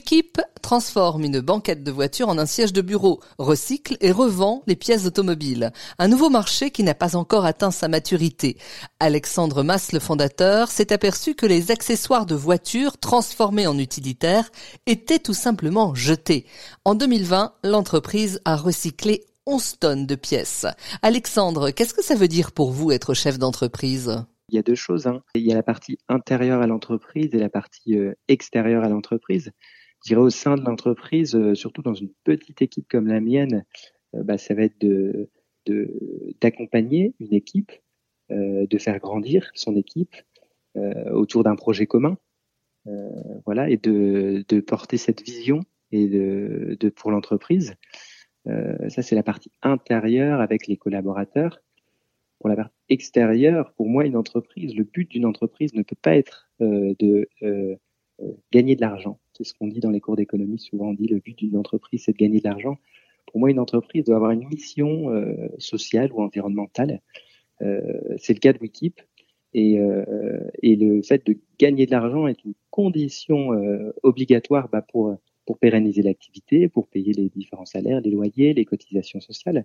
Wikip transforme une banquette de voiture en un siège de bureau, recycle et revend les pièces automobiles. Un nouveau marché qui n'a pas encore atteint sa maturité. Alexandre Mas, le fondateur, s'est aperçu que les accessoires de voitures transformés en utilitaires étaient tout simplement jetés. En 2020, l'entreprise a recyclé 11 tonnes de pièces. Alexandre, qu'est-ce que ça veut dire pour vous être chef d'entreprise ? Il y a deux choses. Il y a la partie intérieure à l'entreprise et la partie extérieure à l'entreprise. Je dirais au sein de l'entreprise, surtout dans une petite équipe comme la mienne, ça va être d'accompagner une équipe, de faire grandir son équipe autour d'un projet commun, et de porter cette vision et pour l'entreprise. Ça, c'est la partie intérieure avec les collaborateurs. Pour la partie extérieure, pour moi, une entreprise, le but d'une entreprise ne peut pas être de gagner de l'argent. C'est ce qu'on dit dans les cours d'économie. Souvent, on dit le but d'une entreprise, c'est de gagner de l'argent. Pour moi, une entreprise doit avoir une mission sociale ou environnementale. C'est le cas de Wikip. Et le fait de gagner de l'argent est une condition obligatoire pour pérenniser l'activité, pour payer les différents salaires, les loyers, les cotisations sociales.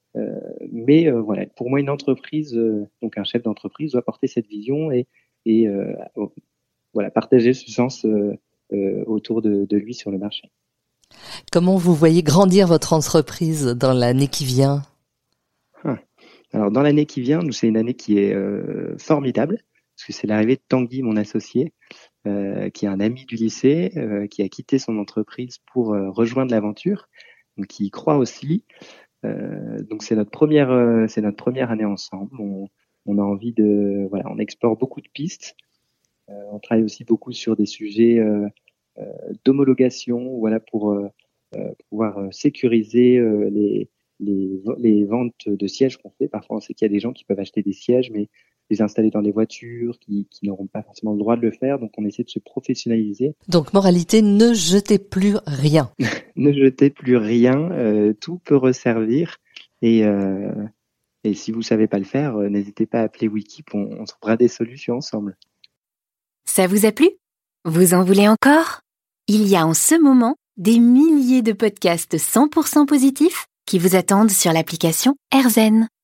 Pour moi, une entreprise, donc un chef d'entreprise, doit porter cette vision et partager ce sens autour de lui sur le marché. Comment vous voyez grandir votre entreprise dans l'année qui vient ? Alors, dans l'année qui vient, nous, c'est une année qui est formidable, parce que c'est l'arrivée de Tanguy, mon associé, qui est un ami du lycée, qui a quitté son entreprise pour rejoindre l'aventure, donc qui y croit aussi. Donc c'est notre première année ensemble. On a envie on explore beaucoup de pistes. On travaille aussi beaucoup sur des sujets d'homologation, pour pouvoir sécuriser les ventes de sièges qu'on fait. Parfois, on sait qu'il y a des gens qui peuvent acheter des sièges, mais les installer dans des voitures qui n'auront pas forcément le droit de le faire. Donc, on essaie de se professionnaliser. Donc, moralité, ne jetez plus rien. Ne jetez plus rien. Tout peut resservir. Et si vous savez pas le faire, n'hésitez pas à appeler Wikip. On trouvera des solutions ensemble. Ça vous a plu ? Vous en voulez encore ? Il y a en ce moment des milliers de podcasts 100% positifs qui vous attendent sur l'application AirZen.